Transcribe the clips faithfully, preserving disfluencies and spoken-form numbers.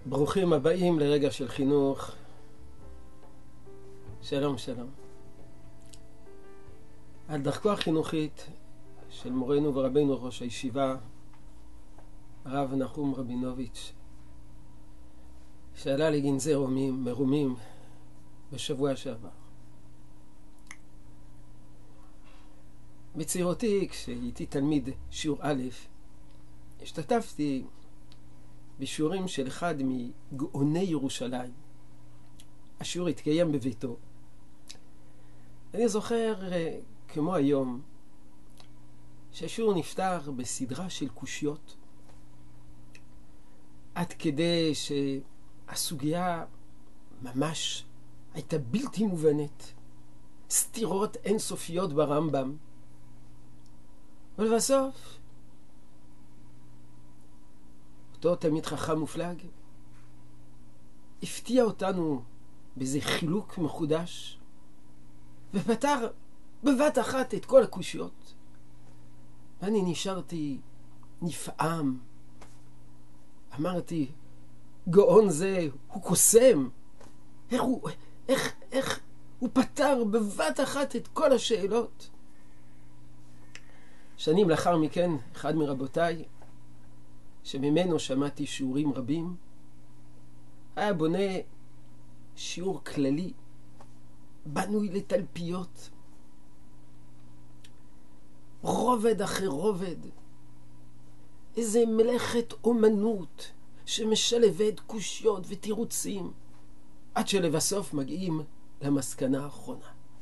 ברוכים הבאים לרגע של חינוך. שלום שלום. על דרכו החינוכית של מורנו ורבינו ראש הישיבה הרב נחום רבינוביץ', שעלה לגנזי רומים מרומים בשבוע שעבר. בצעירותי, כשהייתי תלמיד שיעור א', השתתפתי בשיעורים של אחד מגאוני ירושלים. השיעור התקיים בביתו. אני זוכר כמו היום שהשיעור נפתח בסדרה של קושיות, עד כדי שהסוגיה ממש הייתה בלתי מובנת, סתירות אינסופיות ברמב"ם. ולבסוף אותו תלמיד חכם מופלג הפתיע אותנו באיזה חילוק מחודש ופתר בבת אחת את כל הקושיות, ואני נשארתי נפעם. אמרתי, גאון זה הוא קוסם, איך הוא, איך, איך הוא פתר בבת אחת את כל השאלות. שנים לאחר מכן, אחד מרבותיי שממנו שמעתי שיעורים רבים, היה בונה שיעור כללי בנוי לתלפיות, רובד אחר רובד, איזה מלאכת אומנות שמשלבת קושיות ותירוצים, עד שלבסוף מגיעים למסקנה האחרונה.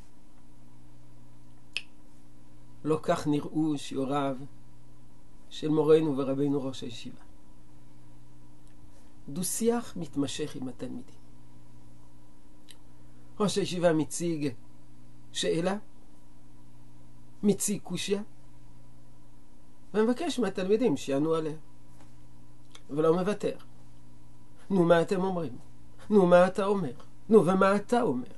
לא כך נראו שיעוריו של מורנו ורבינו ראש הישיבה. דו-שיח מתמשך עם התלמידים. ראש הישיבה מציג שאלה, מציג קושיה, ומבקש מהתלמידים שיענו עליה. ולא מוותר. נו, מה אתם אומרים? נו, מה אתה אומר? נו, ומה אתה אומר?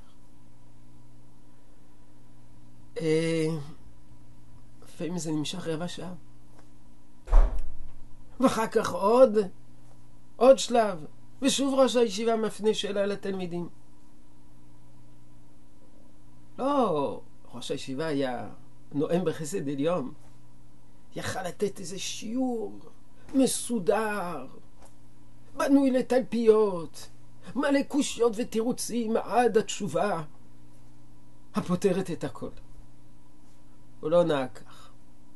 אה... לפעמים זה נמשך רבע שעה. ואחר כך עוד, עוד שלב, ושוב ראש הישיבה מפנה שאלה לתלמידים. לא, ראש הישיבה היה נואם בחסד עליון, יכל לתת איזה שיעור מסודר, בנוי לתלפיות, מלא קושיות ותירוצים עד התשובה הפותרת את הכל. הוא לא נהג כך.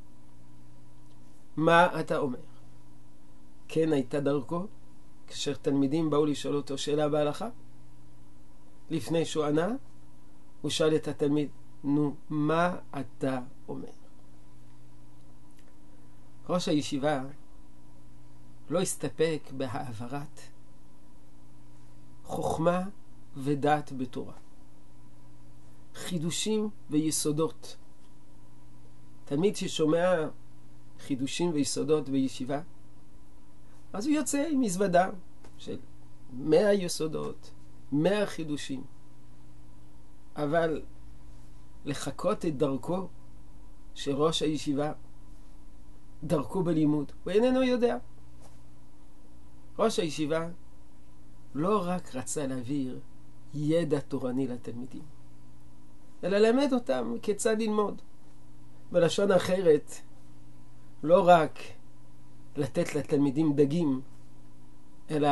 מה אתה אומר? כן הייתה דרכו, כאשר תלמידים באו לשאול אותו שאלה בהלכה, לפני שהוא ענה, הוא שאל את התלמיד, נו, מה אתה אומר? ראש הישיבה לא הסתפק בהעברת חוכמה ודעת בתורה, חידושים ויסודות. תלמיד ששומע חידושים ויסודות בישיבה, אז הוא יוצא עם מזוודה של מאה יסודות, מאה חידושים. אבל לחכות את דרכו של ראש הישיבה, דרכו בלימוד, הוא איננו יודע. ראש הישיבה לא רק רצה להעביר ידע תורני לתלמידים, אלא ללמד אותם כיצד ללמוד. בלשון אחרת, לא רק לתת לתלמידים דגים, אלא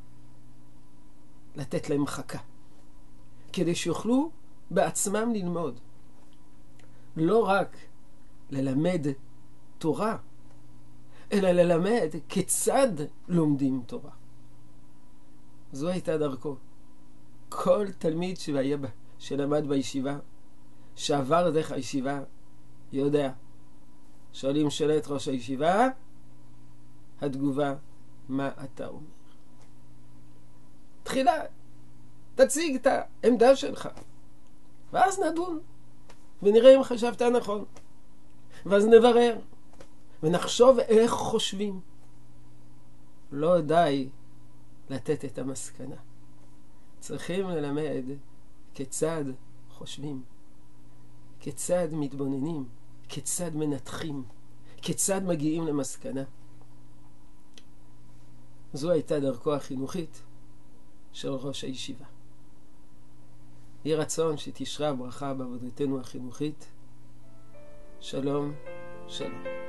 לתת להם חכה, כדי שיוכלו בעצמם ללמוד. לא רק ללמד תורה, אלא ללמד כיצד לומדים תורה. זו הייתה דרכו. כל תלמיד שהיה, שלמד בישיבה, שעבר דרך הישיבה, יודע. שואלים שאלה את ראש הישיבה, התגובה, מה אתה אומר? תחילה, תציג את העמדה שלך, ואז נדון, ונראה אם חשבת נכון. ואז נברר, ונחשוב איך חושבים. לא די לתת את המסקנה. צריכים ללמד כיצד חושבים, כיצד מתבוננים, כיצד מנתחים, כיצד מגיעים למסקנה. זו הייתה דרכו החינוכית של ראש הישיבה. יהי רצון שתשרה ברכה בעבודתנו החינוכית. שלום, שלום.